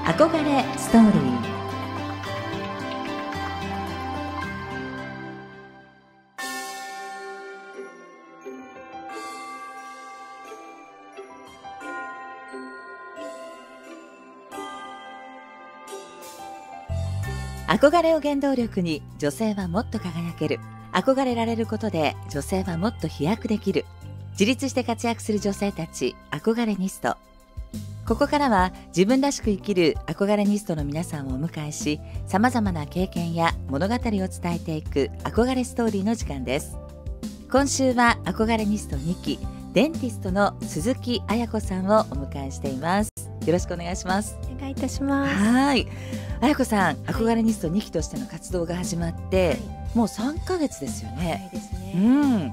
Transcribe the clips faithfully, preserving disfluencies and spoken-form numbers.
憧れストーリー。憧れを原動力に女性はもっと輝ける。憧れられることで女性はもっと飛躍できる。自立して活躍する女性たち、憧れニスト。ここからは自分らしく生きる憧れニストの皆さんをお迎えし、様々な経験や物語を伝えていく憧れストーリーの時間です。今週は憧れニストにきデンティストの鈴木彩子さんをお迎えしています。よろしくお願いします。 お願いいたします。 はい、彩子さん、憧れニストにきとしての活動が始まって、はい、もうさんかげつですよね。 はいですね。 うん、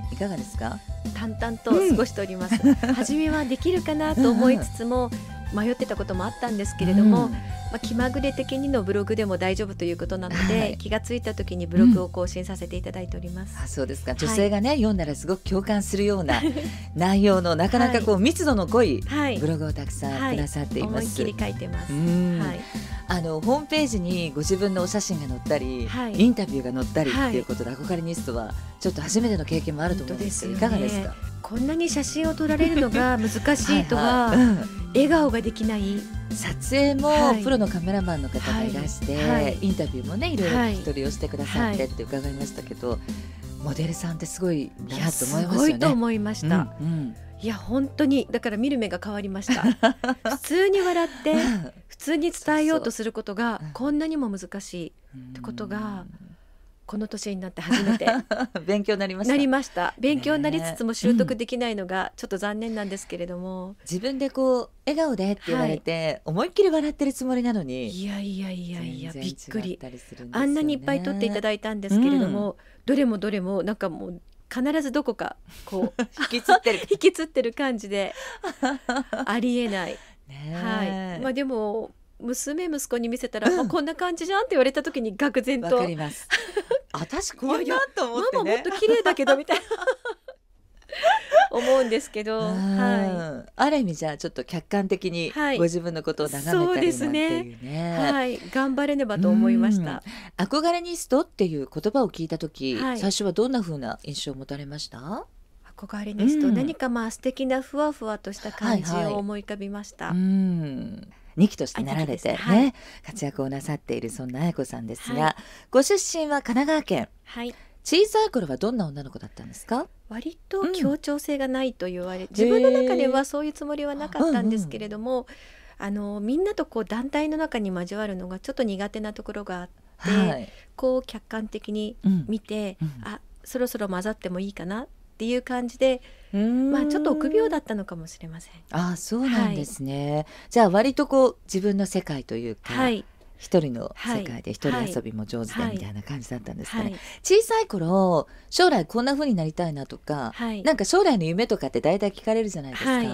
いかがですか？ 淡々と過ごしております、うん、初めはできるかなと思いつつも迷ってたこともあったんですけれども、うん、まあ、気まぐれ的にのブログでも大丈夫ということなので、はい、気がついた時にブログを更新させていただいております、 うん、あ、そうですか。女性がね、はい、読んだらすごく共感するような内容のなかなかこう密度の濃いブログをたくさんくださっています、 はいはい、思いっきり書いてます、 はい、あのホームページにご自分のお写真が載ったり、はい、インタビューが載ったりっていうことで、はい、憧れニストはちょっと初めての経験もあると思うんですけど、いかがですか？ こんなに写真を撮られるのが難しいとは、はいはい、うん、笑顔ができない。 撮影もプロのカメラマンの方がいらして、はいはい、インタビューもねいろいろ聞き取りをしてくださってって伺いましたけど、はい、モデルさんってすごいなと思いますよね。 すごいと思いました、 うんうん、いや本当にだから見る目が変わりました普通に笑って普通に伝えようとすることがこんなにも難しいってことがこの年になって初めて勉強になりました。 なりました勉強になりつつも習得できないのがちょっと残念なんですけれども、うん、 自分でこう笑顔でって言われて、はい、思いっきり笑ってるつもりなのに、 いやいやいやいやびっくり、あんなにいっぱい撮っていただいたんですけれども、うん、どれもどれもなんかもう必ずどこかこう引きつってる引きつってる感じでありえない、 ね、 はい、まあでも娘息子に見せたら、うん、まあ、こんな感じじゃんって言われた時に愕然とわかります私こんなと思ってね、 ママもっと綺麗だけどみたいな思うんですけど、はい、 ある意味じゃあちょっと客観的にご自分のことを眺めたりなんていうね、 そうですね、はい、頑張れねばと思いました。 憧れニストっていう言葉を聞いた時、はい、最初はどんな風な印象を持たれました？ 憧れニスト、うん、何かまあ素敵なふわふわとした感じを思い浮かびました、はいはい、 うんにきとしてなられて、ね、はい、活躍をなさっているそんな彩子さんですが、はい、ご出身は神奈川県、はい、小さい頃はどんな女の子だったんですか？ 割と協調性がないと言われ、うん、自分の中ではそういうつもりはなかったんですけれども、うんうん、あのみんなとこう団体の中に交わるのがちょっと苦手なところがあって、はい、こう客観的に見て、うんうん、あ、そろそろ混ざってもいいかなっていう感じで、まあ、ちょっと臆病だったのかもしれません。 ああ、そうなんですね、はい、じゃあ割とこう自分の世界というか、はい、一人の世界で一人遊びも上手でみたいな感じだったんですかね、はいはい、小さい頃将来こんな風になりたいなとか、はい、なんか将来の夢とかって大体聞かれるじゃないですか、はい、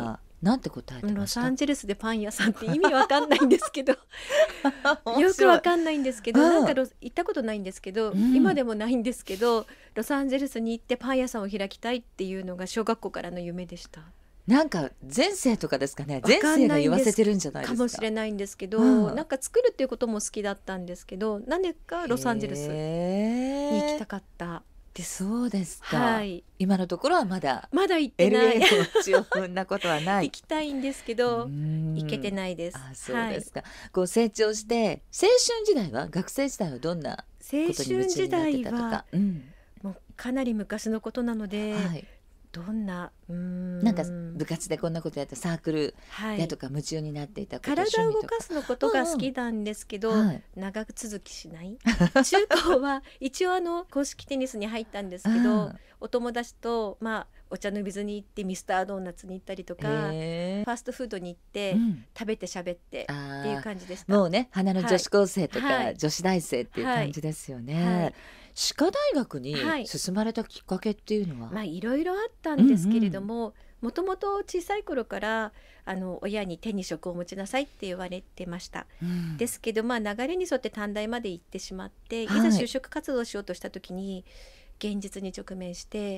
なんて答えてました？ ロサンゼルスでパン屋さんって意味わかんないんですけどよくわかんないんですけど、なんかロ行ったことないんですけど、うん、今でもないんですけど、ロサンゼルスに行ってパン屋さんを開きたいっていうのが小学校からの夢でした。 なんか前世とかですかね、前世が言わせてるんじゃないですか？ かもしれないんですけど、うん、なんか作るっていうことも好きだったんですけど、なんでかロサンゼルスに行きたかったです。 そうですか、 はい、 今のところはまだまだ行ってないエルエー の血を踏んだことはない行きたいんですけど行けてないです。 あ、そうですか、はい、こう成長して青春時代は学生時代はどんなことに夢中になってたとか？青春時代は、うん、 もうかなり昔のことなので、はい、どんなうーんなんか部活でこんなことやったサークルでとか夢中になっていたこと、はい、 体を動かすのことが好きなんですけど、うんうん、長続きしない中高は一応あの公式テニスに入ったんですけど、お友達と、まあ、お茶の水に行ってミスタードーナツに行ったりとか、ファーストフードに行って、うん、食べて喋ってっていう感じでした。 もうね、花の女子高生とか、はい、女子大生っていう感じですよね、はいはい、歯科大学に進まれたきっかけっていうのは、 はい、まあいろいろあったんですけれども、もともと小さい頃からあの親に手に職を持ちなさいって言われてました、うん、ですけど、まあ、流れに沿って短大まで行ってしまって、はい、いざ就職活動をしようとした時に現実に直面して、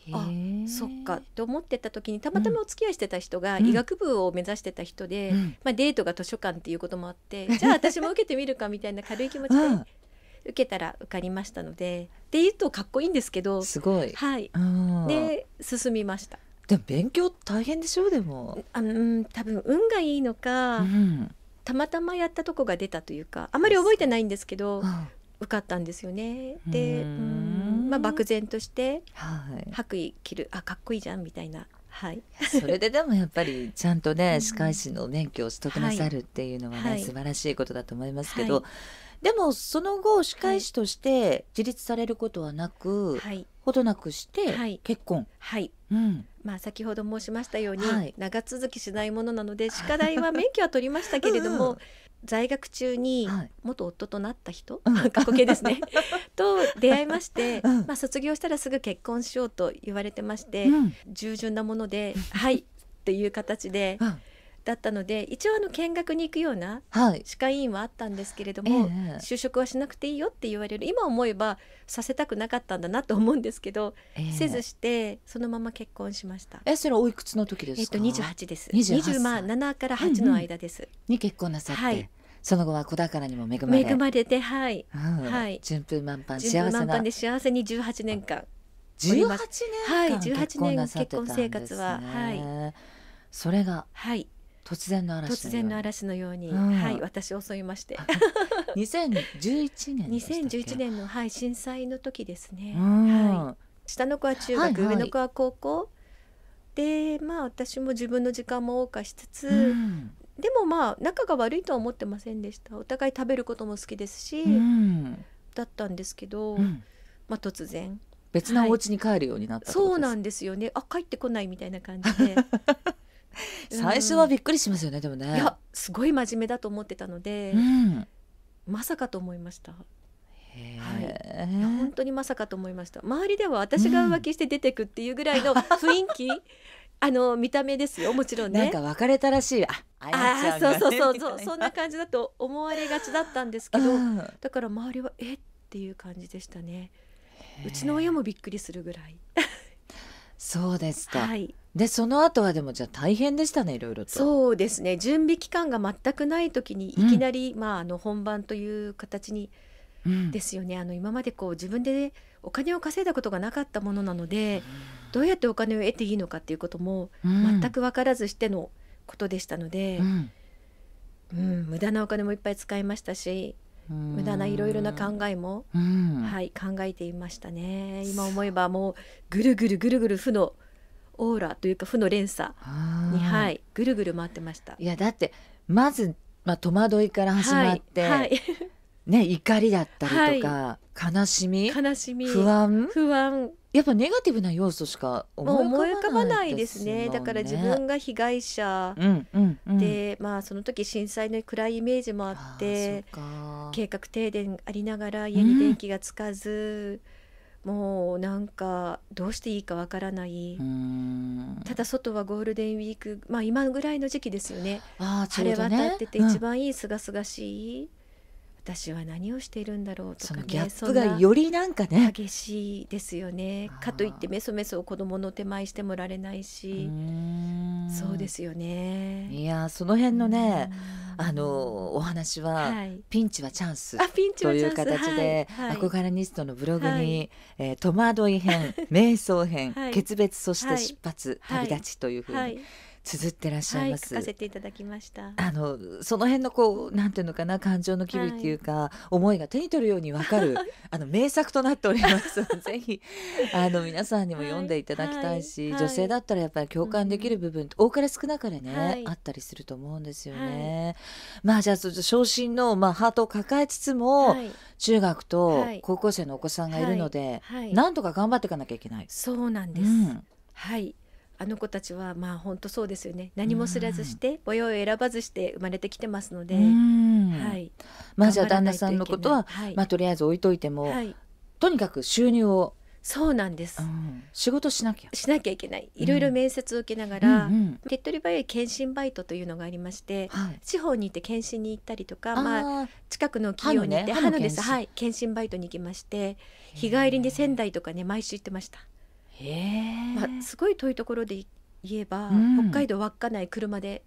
あ、 へそっかえ。 と思ってた時にたまたまお付き合いしてた人がうん医学部を目指してた人で、 うんまあ、デートが図書館っていうこともあってじゃあ私も受けてみるかみたいな軽い気持ちでうん、 受けたら受かりましたので、っていうとかっこいいんですけど、 すごい。 はいうん、 で進みました。 でも勉強大変でしょうでも。 あのうん多分運がいいのうか、 ん、 たまたまやったとこが出たというか、あまり覚えてないんですけどあ受かったんですよね。 うで、 ーんうんまあ、漠然としてはい。 白衣着る、あかっこいいじゃんみたいな、はいそれででもやっぱりちゃんとうんね歯科医師の免許を取得なさるっていうのはね、 はい素晴らしいことだと思いますけど、 はいでもその後歯科医師として自立されることはなく、 はいほどなくしてはい結婚、 はいうんまあ、先ほど申しましたように、 はい長続きしないものなので歯科大は免許は取りましたけれども、 うん在学中にはい元夫となった人、 うん過去形ですねと出会いまして、 うんまあ、卒業したらすぐ結婚しようと言われてまして、 うん従順なものではいっていう形でうんだったので、一応あの見学に行くようなはい、 歯科医院はあったんですけれども、 ええ就職はしなくていいよって言われる、今思えばさせたくなかったんだなと思うんですけど、 ええせずしてそのまま結婚しました。 えそれはおいくつの時ですか？ えっとにじゅうはちです。 にじゅうはちにじゅうななからはちの間です。 に結婚なさって、 はいその後は子宝にも恵まれ恵まれて、はい、 うんはい順風満帆順幸せな風満帆で幸せにじゅうはちねんかん。 じゅうはちねんかんはいじゅうはちねん結婚なさってたんですね。 結婚生活ははそれがはい突然の嵐突然の嵐のように、 うんはい私を襲いましてにせんじゅういちねんでしたっけ？ にせんじゅういちねんの、はい、震災の時ですね。 うんはい、下の子は中学、 はいはい上の子は高校で、まあ私も自分の時間も謳歌しつつ、 うんでもまあ仲が悪いとは思ってませんでした。お互い食べることも好きですし、 うんだったんですけど、 うんまあ突然別なお家に帰るようになったってことですか？ そうなんですよね。あ帰ってこないみたいな感じで最初はびっくりしますよねでもね。 いやすごい真面目だと思ってたので、 うんまさかと思いました。 へはいえいや本当にまさかと思いました。周りでは私が浮気して出てくっていうぐらいの雰囲気、あの見た目ですよもちろんね。 なんか別れたらしい、ああやあちゃんがねあそうそうそうみたいなそうそんな感じだと思われがちだったんですけど、 うんだから周りはえっていう感じでしたね。うちの親もびっくりするぐらい。 そうですか、 はいでその後はでもじゃあ大変でしたねいろいろと。 そうですね。準備期間が全くない時にいきなり、まあ、あの本番という形にうんですよね。あの今までこう自分でお金を稼いだことがなかったものなので、どうやってお金を得ていいのかっていうこともうん全く分からずしてのことでしたので、 うんうん無駄なお金もいっぱい使いましたし、無駄ないろいろな考えも、 うんはい、考えていましたね。今思えばもうぐるぐるぐるぐる負のオーラというか負の連鎖に、 あーはい、ぐるぐる回ってました。 いやだってまず、まあ、戸惑いから始まって、 はいはいね、怒りだったりとか、悲しみ悲しみ不安不安やっぱネガティブな要素しかもう思い浮思い浮かばなかばないいでですすもんね。 ね。だから自分が被害者うんうんうん、 で、まあその時震災の暗いイメージもああーって、 そっか計画停電ありながら家に電気がつかず、もうなんかどうしていいかわからない、 うーんただ外はゴールデンウィーク、まあ今ぐらいの時期ですよね。 あーちょ晴れうどね渡ってて一番いいすがすがしい、私は何をしているんだろうとかね、 そのギャップそんながよりなんかね激しいですよね。 あーかといってメソメソ子供の手前してもられないし、そうですよね。 いやその辺のねうんあのお話は、 はいピンチはチャンスあピンチというはチャンス形で、 はいはい憧れニストのブログに、 はいえー戸惑い編瞑想編、 はい決別そしてはい出発、 はい旅立ちというふうにはい、 綴ってらっしゃはいい、 ます、 書かせていただきました。 あのその辺のこうなんていうのかな感情の機微っていうか、思いが手に取るようにわかるあの名作となっておりますぜひあの皆さんにも読んでいただきたいし、 はいはい女性だったらやっぱり共感できる部分って多かれ少なかれね、 はいあったりすると思うんですよね、まあじゃあそ昇進の、まあ、ハートを抱えつつも、 はい、 中学とはい高校生のお子さんがいるので、 はいはいなんとか頑張っていかなきゃいけない。 そうなんです。 うんはい。あの子たちはまあ本当そうですよね。何も知らずして親を選ばずして生まれてきてますので、 うんはい。 まあじゃあ旦那頑張らないといけないさんのことは、 はいまあ、とりあえず置いといても、 はい、 とにかく収入を、 そうなんです。 うん仕事しなきゃ。 しなきゃいけない。いろいろ面接を受けながら、 うんうん手っ取り早い検診バイトというのがありまして、 はい地方に行って検診に行ったりとか、 あまあー近くの企業に行って歯のね歯の歯のです、 検診はい、検診バイトに行きまして、日帰りに仙台とかね毎週行ってました。 へえ、 まあ、すごい遠いところで言えば、 うん、 北海道稚内車で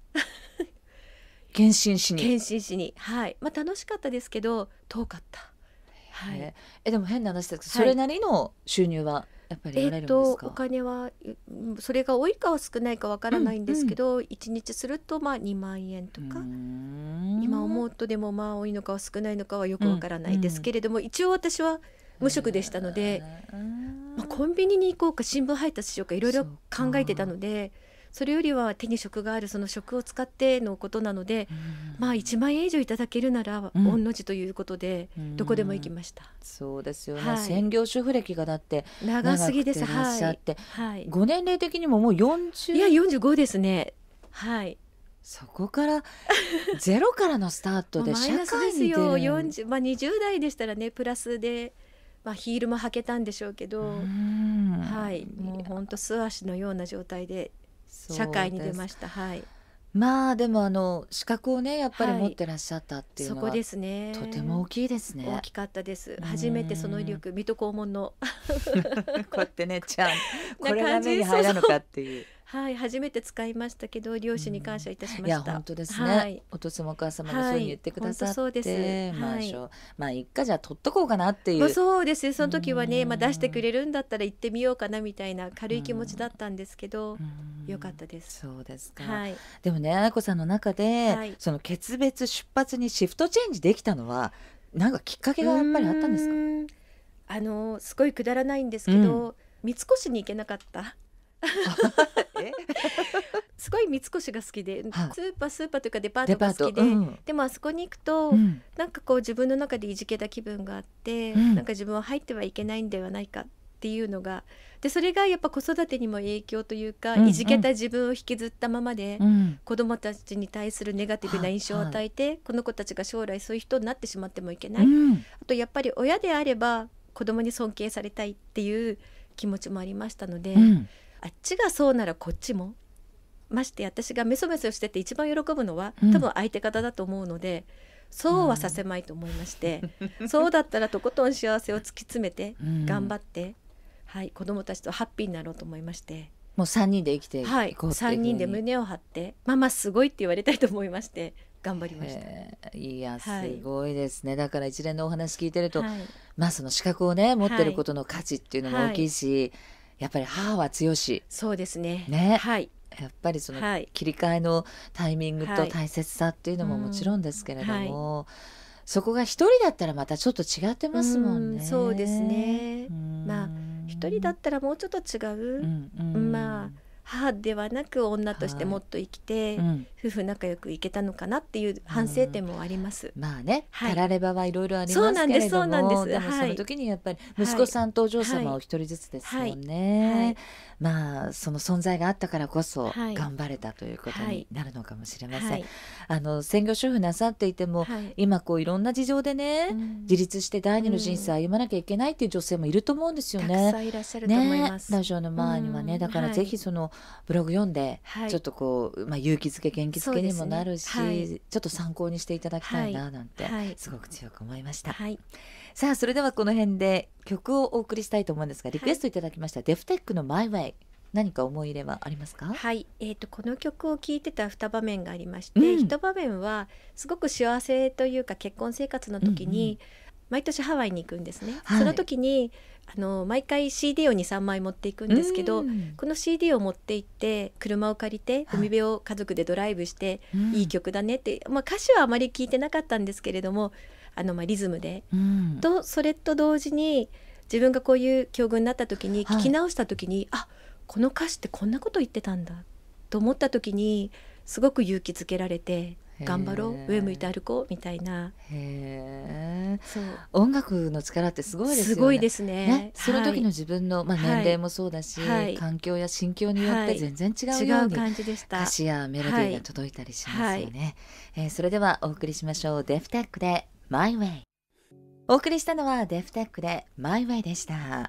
検診しに。 検診しに、はい、まあ、楽しかったですけど遠かった。はい、 へえ、えでも変な話ですけど、そはい、 れなりの収入はやっぱり得えっられるんですとおか？ 金はうんそれが多いかは少ないかわからないんでうんうん。 すけど、いちにちするとまあにまん円とうーか、今ん。 思うとでもまあ多いのかは少ないのかはようんくわからないですうん。 けれども、一応私はへ無職でしたので、まあ、 え。 コンビニに行こうか新聞配達しようかいろいろそう考えてたか。 ので、それよりは手に職があるその職を使ってのことなので、 うまあん。 いちまん円以上いただけるならうん。 御の字ということでうどこでも行きん。 ました。 そうですよね。 はい、 専業主婦歴がだって長すぎです。 長くてらっはいしゃって、 はい。 ご年齢的にももういやよんじゅう、 よんじゅうごですね。はい。 そこからゼロからのスタートもうで社マイナスで会に出すよ。 る。 よんじゅう、まあ、にじゅう代でしたらねプラスで、まあ、ヒールも履けたんでしょうけうーど、はい、 ん。いや、 もうほんと素足のような状態で社そう会に出です。 ました。はい、 まあでもあの資格をねやっぱり持っはい、 てらっしゃったっていうのはそこですとてもね。 大きいですね。 大きかったです。 うー初めてその威ん。 力、水戸黄門のこうやってね、ちゃん、こなれが感じ、 目に入らぬかそうそう、 っていう。 はい、初めて使いましたけど、両う親に感謝ん、 いたしいやました。 本当ですね。 はい、 お父様お母様がそういうふうに言っはい、本当てくださっそうです。 て、まあはい。 しょうまあ一家じゃ取っとこうかなってまあいう。 そうですね。そうーの時はね、まあ、出してくん、 れるんだったら行ってみようかなみたいなう軽い気持ちだん、 ったんですけど、 うよかっん、 たです。 そうですか。 はい。 でもね、あやこさんの中ではい。 その決別出発にシフトチェンジできたのはなんかきっかけうがやっぱりあったんですか？ ーん。あの、すごいくだらないんですうん。 けど、三越に行けなかった。 えすごい三越が好きで、 はスーパースーパーというかデパートデパート、うが好きで、 ん、 でもあそこに行くと、 うん、 なんかこう自分の中でいじけた気分があって、 うん、 なんか自分は入ってはいけないんではないかっていうのが、でそれがやっぱ子育てにも影響というか、 うん、 いじけうん、 た自分を引きずったままで、 うん、 子どもたちに対するネガティブなはい、 印象をはい、 与えて、この子たちが将来そういう人になってしまってもいけない。 うん、 あとやっぱり親であれば子供に尊敬されたいっていう気持ちもありましたので、 うん、 あっちがそうならこっちも、まして私がメソメソしてて一番喜ぶのはうん、 多分相手方だと思うので、そうはさせまいと思いまして、そうだったらとことん幸せを突き詰めてうん、 頑張って、はい、子供たちとハッピーになろうと思いまして、 もうさんにんで生きてはい、 いこうっていうさんにんでふうに。 胸を張ってママすごいって言われたいと思いまして頑張りました。 へえ、いやすはいごいですね。だから一連のお話聞いてると、 はいまあその資格をね持ってはいることの価値っていうのも大きはい、 いし、やっぱり母は強しそうですね。 ね、 はいやっぱりそのはい切り替えのタイミングとはい大切さっていうのうももちろんんですけれどはいも、そこが一人だったらまたちょっと違ってうますもんんそうですね。 ね。 うまあ一人だん、 ったらもうちょっと違うう、 ん、 まあ母ではなく女としてはい、 もっと生きて、 うん。 夫婦仲良くいけたのかなっていう反省点もあります。 まあね、 はい、 たらればはいろいろありそうなんです、 ますけれそうなんでども、 す。 でもそのはい時にやっぱり息子はいさんとお嬢はい様お一人ずつですもんはいはね。 いまあその存在があったからこそはい頑張れたということにはいなるのかもしれません。 はいあの専業主婦なさっていても、 はい今こういろんな事情でね、 うん自立して第二の人生うん歩まなきゃいけないっていう女性もいると思うんですよたくね。 さんいらっしゃると思いね、 ます。 ラジオの前にはね、 うんだからぜひはいそのブログ読んで、 はいちょっとこう、まあ、勇気づけ元気づけにもなるし、 そうですねちょっと参考にしていただきたいななんて、 はいすごく強く思いました。 はいさあそれではこの辺で曲をお送りしたいと思うんですが、リクエストいただきました、デフテックの My Way、 何か思い入れはありますか？ はい、えー、とこの曲を聴いてたに場面がありまして、 うん一場面はすごく幸せというか結婚生活の時に、毎年ハワイに行くんですね、 はいその時にあの毎回 シーディー をにさんまい持っていくんですけど、 うんこの シーディー を持って行って車を借りてはい海辺を家族でドライブして、 うんいい曲だねって、まあ、歌詞はあまり聞いてなかったんですけれども、あのまあリズムでうんとそれと同時に自分がこういう境遇になった時にはい聞き直した時に、あ、この歌詞ってこんなこと言ってたんだと思った時にすごく勇気づけられて、 へー頑張ろう、上向いて歩こうみたいな、 へー、 そう音楽の力ってすごいですよね。 すごいですね。 ね、その時のは自分の、まあ、 はい年齢もそうだし、 はい環境や心境によってはい全然違い、 うように違う感じでした。 歌詞やメロディーが届いたりしますよね。えーそれではお送りしましょう。デフテックで My Way。 お送りしたのはデフテックで My Way でした。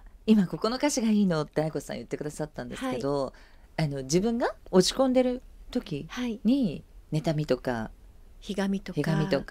今ここの歌詞がいいのって愛子さん言ってくださったんですけど、あの自分が落ち込んでる時はい、 に妬みとかひがみとかひがみとか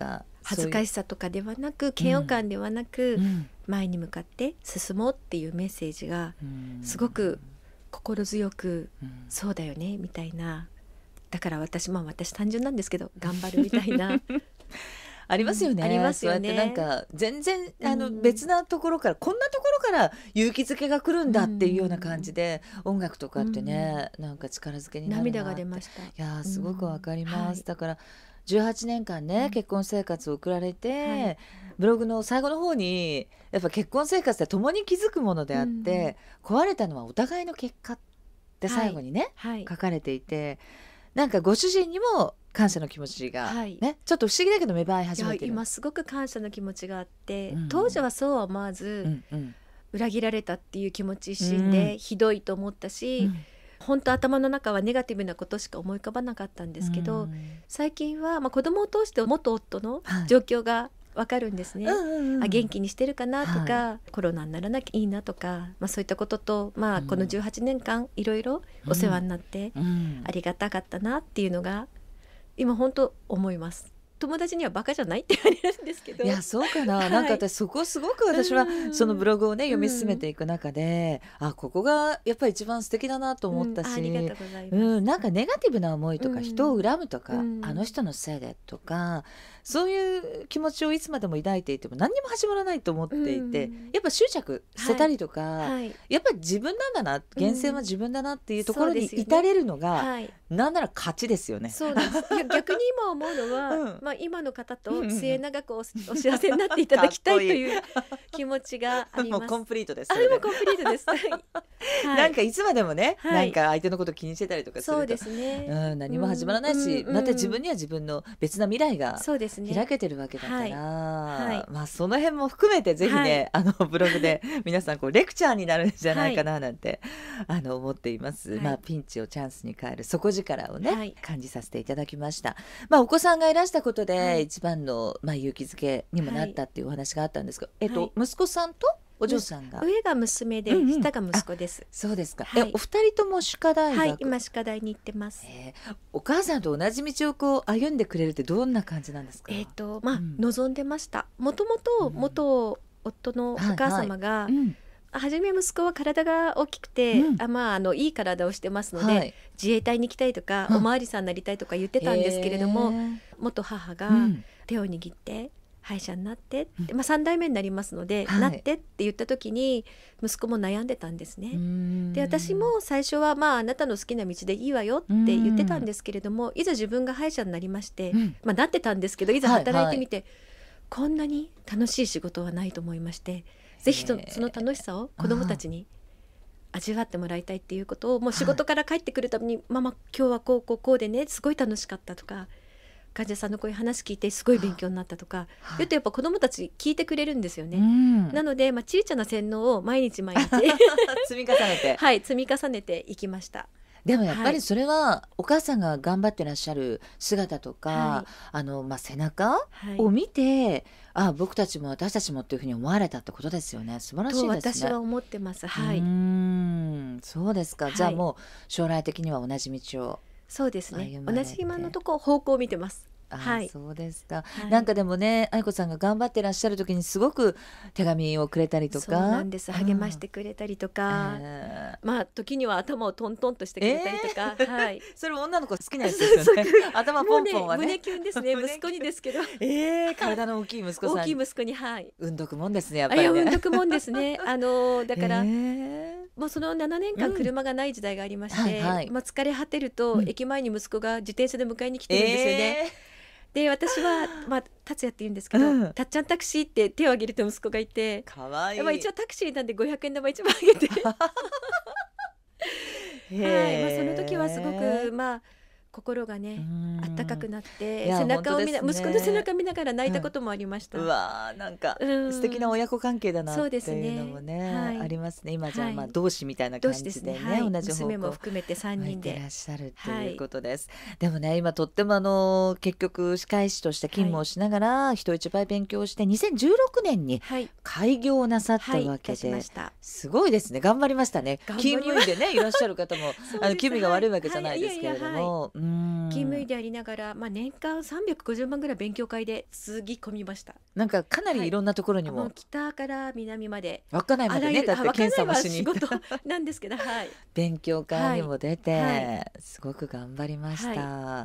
恥ずかしさとかではなく嫌悪感ではなく、うん、前に向かって進もうっていうメッセージがすごく心強く、うん、そうだよねみたいな、だから私まあ私単純なんですけど頑張るみたいなありますよね、うん、ありますよね。そうやってなんか全然あの別なところから、うん、こんなところから勇気づけが来るんだっていうような感じで、うん、音楽とかってね、うん、なんか力づけになるなって涙が出ました。いやすごくわかります、うんはい、だからじゅうはちねんかんね、うん、結婚生活を送られて、はい、ブログの最後の方にやっぱ結婚生活って共に築くものであって、うん、壊れたのはお互いの結果って最後にね、はい、書かれていて、なんかご主人にも感謝の気持ちが、ねはい、ちょっと不思議だけど芽生え始めてる。 今すごく感謝の気持ちがあって、うん、当時はそうは思わず、うんうん、裏切られたっていう気持ち一心でひどいと思ったし、うん、本当頭の中はネガティブなことしか思い浮かばなかったんですけど、うん、最近は、まあ、子供を通して元夫の状況がわかるんですね、はいうんうん、あ元気にしてるかなとか、はい、コロナにならなきゃいいなとか、まあ、そういったことと、まあ、このじゅうはちねんかんいろいろお世話になってありがたかったなっていうのが今本当思います。友達にはバカじゃないって言われるんですけど、 いやそうかな、はい、なんか私そこすごく私はそのブログをね読み進めていく中で、うん、あここがやっぱり一番素敵だなと思ったし、うん、ありがとうございます、うん、なんかネガティブな思いとか、うん、人を恨むとか、うん、あの人のせいでとかそういう気持ちをいつまでも抱いていても何にも始まらないと思っていて、うん、やっぱ執着捨てたりとか、はいはい、やっぱり自分なんだな、源泉は自分だなっていうところに至れるのが、うんねはい、なんなら勝ちですよね。 そうですいや逆に今思うのは、うんまあ、今の方と末永く お, お幸せになっていただきたいという気持ちがあります。 もうコンプリートです。 あれもコンプリートです、はい、 なんかいつまでもね、はい、なんか相手のこと気にしてたりとかするとそうですね、 うん、何も始まらないし、うん、また自分には自分の別な未来が開けてるわけだから、はいはい、まあその辺も含めてぜひね、はい、あのブログで皆さんこうレクチャーになるんじゃないかななんて、はい、あの思っています、はいまあ、ピンチをチャンスに変える底力をね、はい、感じさせていただきました、まあ、お子さんがいらしたことで、はい、一番の、まあ、勇気づけにもなったっていうお話があったんですけど、はいえっと、息子さんとお嬢さんが上が娘で、うんうん、下が息子です。 そうですか、はい、えお二人とも歯科大学、 はい、今歯科大に行ってます、 えー、お母さんと同じ道をこう歩んでくれるってどんな感じなんですか？ えーとまあうん、望んでました。もともと元夫のお母様が、はいはいうんはじめ息子は体が大きくて、うん、あまあ、あのいい体をしてますので、はい、自衛隊に行きたいとか、うん、おまわりさんになりたいとか言ってたんですけれども、元母が手を握って、うん、歯医者になってって、まあ、さん代目になりますので、はい、なってって言った時に息子も悩んでたんですね。で私も最初は、まあ、あなたの好きな道でいいわよって言ってたんですけれども、いざ自分が歯医者になりまして、うんまあ、なってたんですけどいざ働いてみて、はいはい、こんなに楽しい仕事はないと思いまして、ぜひとその楽しさを子どもたちに味わってもらいたいっていうことをもう仕事から帰ってくるたびに、はい、ママ今日はこうこうこうでねすごい楽しかったとか、患者さんのこういう話聞いてすごい勉強になったとか、はい、言うとやっぱ子どもたち聞いてくれるんですよね、うん、なので、まあ、小さな洗脳を毎日毎日積み重ねてはい積み重ねていきました。 でもやっぱりそれはお母さんが頑張ってらっしゃる姿とか、はい、あのまあ、背中を見て、はい、あ僕たちも私たちもっていうふうに思われたってことですよね。素晴らしいですね。 と私は思ってます、はい、 うーんそうですか、はい、じゃあもう将来的には同じ道をそうですね、同じ今のところ方向を見てます。 あ、 はい、 そうですか、はい、なんかでもね愛子さんが頑張ってらっしゃる時にすごく手紙をくれたりとか、 そうなんです、励ましてくれたりとか、うんえー、まあ時には頭をトントンとしてくれたりとか、えーはい、 それ女の子好きなやつですよね頭ポンポンはね胸キュンですね息子にですけどえー、体の大きい息子さん大きい息子に、はい、 運読もんですねやっぱりね。 運読もんですねあのだから、えーもうそのななねんかん車がない時代がありまして、うんはいはいまあ、疲れ果てると、うん、駅前に息子が自転車で迎えに来てるんですよね、えー、で私は、まあ、達也って言うんですけど、うん、たっちゃんタクシーって手を挙げると息子がいてかわいい、 まあ、一応タクシーなんでごひゃくえん玉一番あげてはいまあ、その時はすごくまあ心がねあったかくなって背中を見な、ね、息子の背中見ながら泣いたこともありました、 うん、うわなんか、うん、素敵な親子関係だなっていうのも ね, ね、はい、ありますね。今じゃあ、まあ、同志みたいな感じで ね, で、ねはい、同じ方向娘も含めてさんにんでいらっしゃるということです、はい、でもね今とってもあの結局歯科医師として勤務をしながら、はい、人一倍勉強してにせんじゅうろくねんに開業なさったわけで、はいはい、すごいですね。頑張りましたね。勤務医でねいらっしゃる方もあの気味が悪いわけじゃないですけれども、はい、うーん勤務医でありながら、まあ、年間さんびゃくごじゅうまんぐらい勉強会でつぎ込みました。 なんかかなりいろんなところにも、 もう北から南まで稚内までね、だって検査もしに行った仕事なんですけど、はい、 勉強会にも出て、はいはい、すごく頑張りました、はい、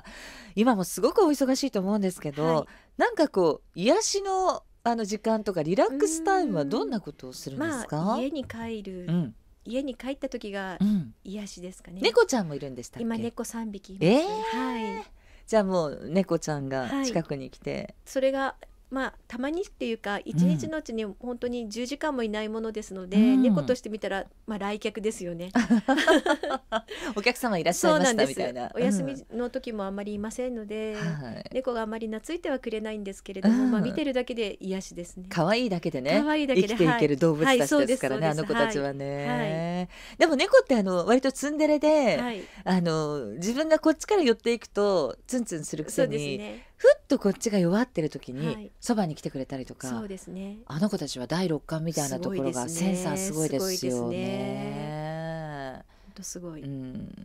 今もすごくお忙しいと思うんですけど、はい、なんかこう癒しのあの時間とかリラックスタイムはどんなことをするんですか？ まあ、家に帰る、うん、家に帰った時が癒しですかね、うん、 猫ちゃんもいるんでしたっけ？ 今猫さんびきいます、 えーはい、じゃあもう猫ちゃんが近くに来て、はい、 それがまあ、たまにっていうか一日のうちに本当にじゅうじかんもいないものですので、うん、猫として見たら、まあ、来客ですよねお客様いらっしゃいましたみたいな。 お休みの時もあんまりいませんので、うん、猫があんまり懐いてはくれないんですけれども、うん、まあ、見てるだけで癒しですね。 可愛いだけでね、 可愛いだけで生きていける動物たちですからね、はいはい、あの子たちはね、はいはい、でも猫ってあの割とツンデレで、はい、あの自分がこっちから寄っていくとツンツンするくせに、そうですね、ふっとこっちが弱ってる時にそばに来てくれたりとか、 そうですね、 あの子たちは第六感みたいなところがセンサーすごいですよね。 本当すごい、 うん、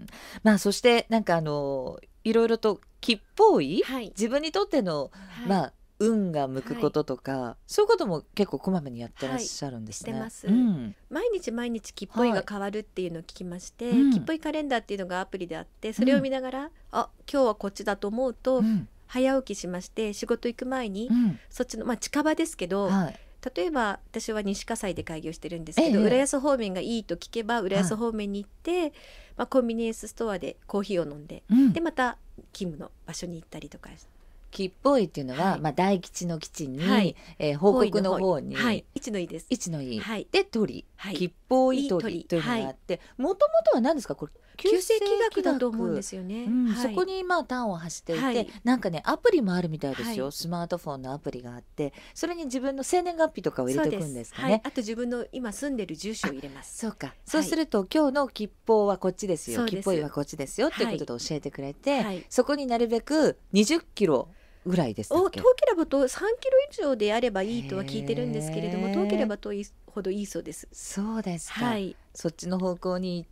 まあそしてなんかあのいろいろと吉報医、はい、自分にとっての、はい、まあ運が向くこととか、はい、そういうことも結構こまめにやってらっしゃるんですね。 はい、してます、 うん、 毎日毎日吉報医が変わるっていうのを聞きまして、はい、吉報医カレンダーっていうのがアプリであって、それを見ながら、うん、あ今日はこっちだと思うと、うん、早起きしまして仕事行く前に、うん、そっちの、まあ、近場ですけど、はい、例えば私は西葛西で開業してるんですけど、ええ、浦安方面がいいと聞けば浦安方面に行って、はい、まあ、コンビニエンスストアでコーヒーを飲んで、うん、でまた勤務の場所に行ったりとか。 吉報医っていうのは、はい、まあ、大吉の吉に、はい、えー、報告の方に、 はい、一のいです。 一のい、はい、で鳥、はい、吉報医鳥というのがあって、もともとは何ですかこれ？ 旧世紀学だと思うんですよね、 うん、はい、そこにまあ端を発していて、はい、なんかねアプリもあるみたいですよ、はい、スマートフォンのアプリがあって、それに自分の生年月日とかを入れておくんですかね。 はい、あと自分の今住んでる住所を入れます。 そうか、そうすると、今日の吉報はこっちですよ、吉報医はこっちですよっていうことで教えてくれて、はい、そこになるべくにじゅっキロぐらいですっけ？ 遠ければとさんキロ以上であればいいとは聞いてるんですけれども、遠ければ遠いほどいいそうです。 そうですか、 はい、 そっちの方向に行って、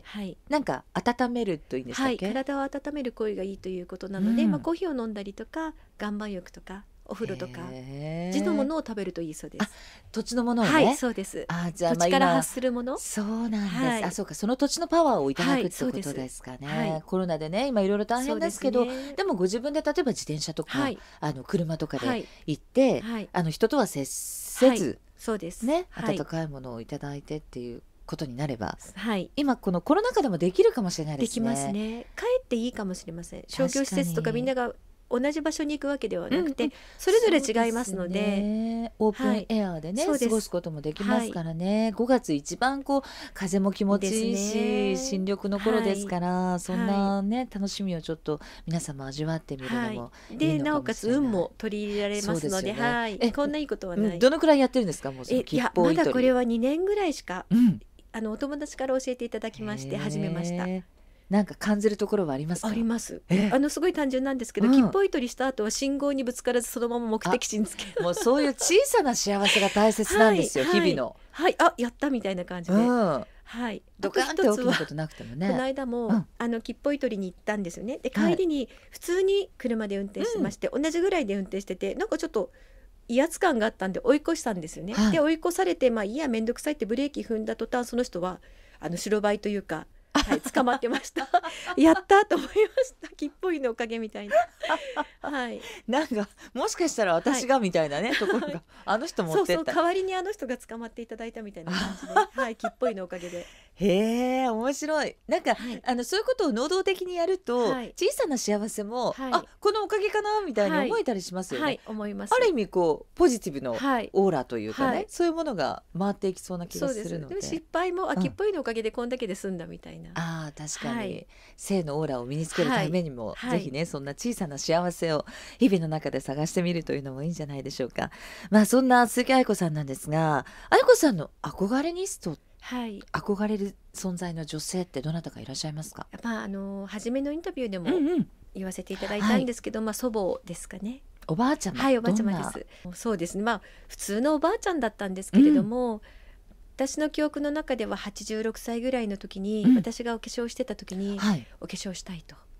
はい、なんか温めるといいんでしたっけ？はい、 体を温める行為がいいということなので、うん、まあ、コーヒーを飲んだりとか岩盤浴とかお風呂とか地のものを食べるといいそうです。 あ、土地のものをね。 はい、そうです。 あ、じゃあ土地から発するもの。 そうなんです、はい、あ、そうか、その土地のパワーをいただくってことですかね、はい、コロナでね今いろいろ大変ですけど、 で,、ね、でもご自分で例えば自転車とか、はい、あの車とかで行って、はい、あの人とは接せず、はい、 そうですね、温かいものをいただいてっていうことになれば、 はい、 今このコロナ禍でもできるかもしれないですね。 できますね。帰っていいかもしれません。商業施設とかみんなが同じ場所に行くわけではなくて、うん、それぞれ違いますので、 ね、オープンエアでね、はい、過ごすこともできますからね、はい、ごがつ一番こう風も気持ちいいし、ね、新緑の頃ですから、はい、そんなね、楽しみをちょっと皆様味わってみるのもいいのかもしれない。 でなおかつ運も取り入れられますので、ね、はい、こんないいことはない、 うん、どのくらいやってるんですか？もうその吉報いやまだこれはにねんぐらいしか、うん、あのお友達から教えていただきまして始めました。 なんか感じるところはありますか？ あります。あのすごい単純なんですけど、うん、吉報い取りした後は信号にぶつからずそのまま目的地につける。 もうそういう小さな幸せが大切なんですよ、はい、日々の。 はい、あ、やったみたいな感じで。うん、はい。 ドカンって大きなことなくてもね。 この間も、うん、あの吉報い取りに行ったんですよね。で帰りに普通に車で運転してまして、はい、同じぐらいで運転してて、なんかちょっと威圧感があったんで追い越したんですよね。はい、で追い越されて、まあいいやめんどくさいってブレーキ踏んだ途端、その人はあの白バイというか。はい、捕まってましたやったと思いました。吉報いのおかげみたいなはい、 なんかもしかしたら私がみたいなね、はい、ところがあの人持ってった、 そうそう、代わりにあの人が捕まっていただいたみたいな感じではい、吉報いのおかげで。 へえ、面白い。なんか、はい、あのそういうことを能動的にやると、はい、小さな幸せも、はい、あ、このおかげかなみたいに思えたりしますよね。 はいはい、思います。 ある意味こうポジティブのオーラというかね、はい、そういうものが回っていきそうな気がするので。 そうです。でも失敗も、あ、吉報いのおかげでこんだけで済んだみたいな。 あ、確かに、はい、性のオーラを身につけるためにも、はい、ぜひね、そんな小さな幸せを日々の中で探してみるというのもいいんじゃないでしょうか。まあそんな鈴木愛子さんなんですが、愛子さんの憧れニスト、はい、憧れる存在の女性ってどなたかいらっしゃいますか？ まあ、あの初めのインタビューでも言わせていただいたんですけど、うんうん、まあ、祖母ですかね。 おばあちゃま。 はい、おばあちゃまです。そうですね、まあ、普通のおばあちゃんだったんですけれども、うん、私の記憶の中でははちじゅうろくさいぐらいの時に、うん、私がお化粧してた時に、はい、お化粧したいと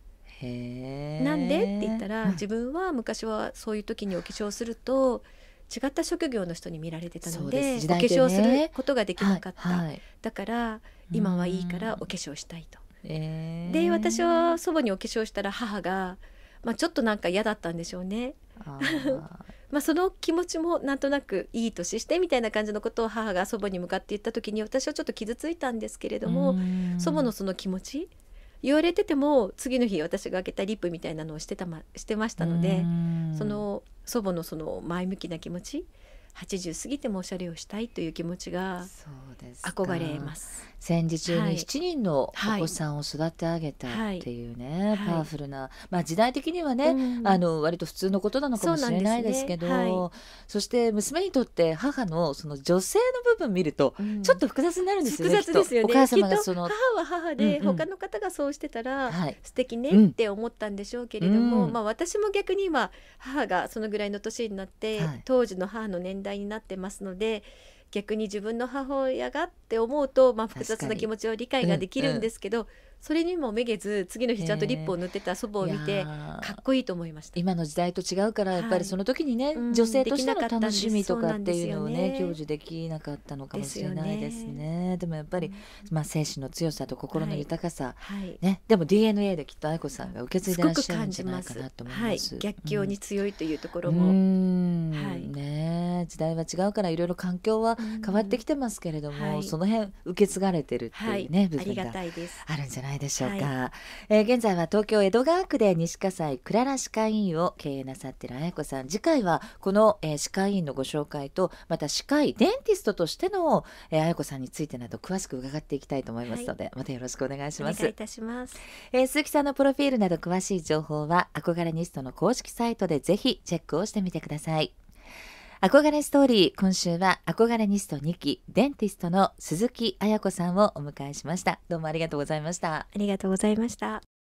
へー。 なんでって言ったら、 うん自分は昔はそういう時にお化粧すると違った職業の人に見られてたのそうで、 です時代お化粧すでねることができなかった、 はいはいだから今はいいからお化粧したいと。 えーで私は祖母にお化粧したら母が、まあ、ちょっとなんか嫌だったんでしょうね。 あーまあ、その気持ちもなんとなくいい年してみたいな感じのことを母が祖母に向かって言った時に私はちょっと傷ついたんですけれども、 うん祖母のその気持ち言われてても次の日私が開けたリップみたいなのをしてたましてましたので、 うんその祖母のその前向きな気持ち、はちじゅう過ぎてもおしゃれをしたいという気持ちがそうですか。 憧れます。 戦時中はいにしちにんのはいお子さんを育て上げたっていうね、 はいパワフルな、まあ、時代的にはね、 うんあの割と普通のことなのかもしれないですけど、 そうなんですねはいそして娘にとって母のその女性の部分見るとうんちょっと複雑になるんですよね、 複雑ですよね。 きっとお母様がきっとその母は母で、 うんうん他の方がそうしてたら、 はい素敵ねうんって思ったんでしょうけれども、 うんまあ、私も逆に今母がそのぐらいの年になって、 はい当時の母の年代になってますので、逆に自分の母親がって思うと、まあ、複雑な気持ちは理解ができるんですけど、それにもめげず次の日ちゃんとリップを塗ってた祖母を見いてやーかっこいいと思いました。 今の時代と違うからやっぱりその時にね、 うん女性としてのできなかったんです楽しみとかっていうのをねそうなんですよね享受できなかったのかもしれないですね。 ですよねでもやっぱり、まあ、精神の強さと心の豊かさ、 はい、 ね、でも ディーエヌエー できっと愛子さんが受け継いすでらっごく感しゃるんじゃないじますかなと思いはいます。、 逆境に強いというところうも、 んはいね、時代は違うからいろいろ環境は変わってきてますけれども、 はいその辺受け継がれてるってはいいうね、部ありが分がたいです。 あるんじゃないでしょうか、 はえー現在は東京江戸川区で西葛西クララ歯科医院を経営なさっている綾子さん、次回はこの、えー歯科医院のご紹介とまた歯科医デンティストとしての、えー、綾子さんについてなど詳しく伺っていきたいと思いますので、またよろしくお願いします。 お願いいたします。 えー鈴木さんのプロフィールなど詳しい情報は憧れニストの公式サイトでぜひチェックをしてみてください。憧れストーリー、今週は憧れニストにきデンティストの鈴木綾子さんをお迎えしました。どうもありがとうございました。 ありがとうございました。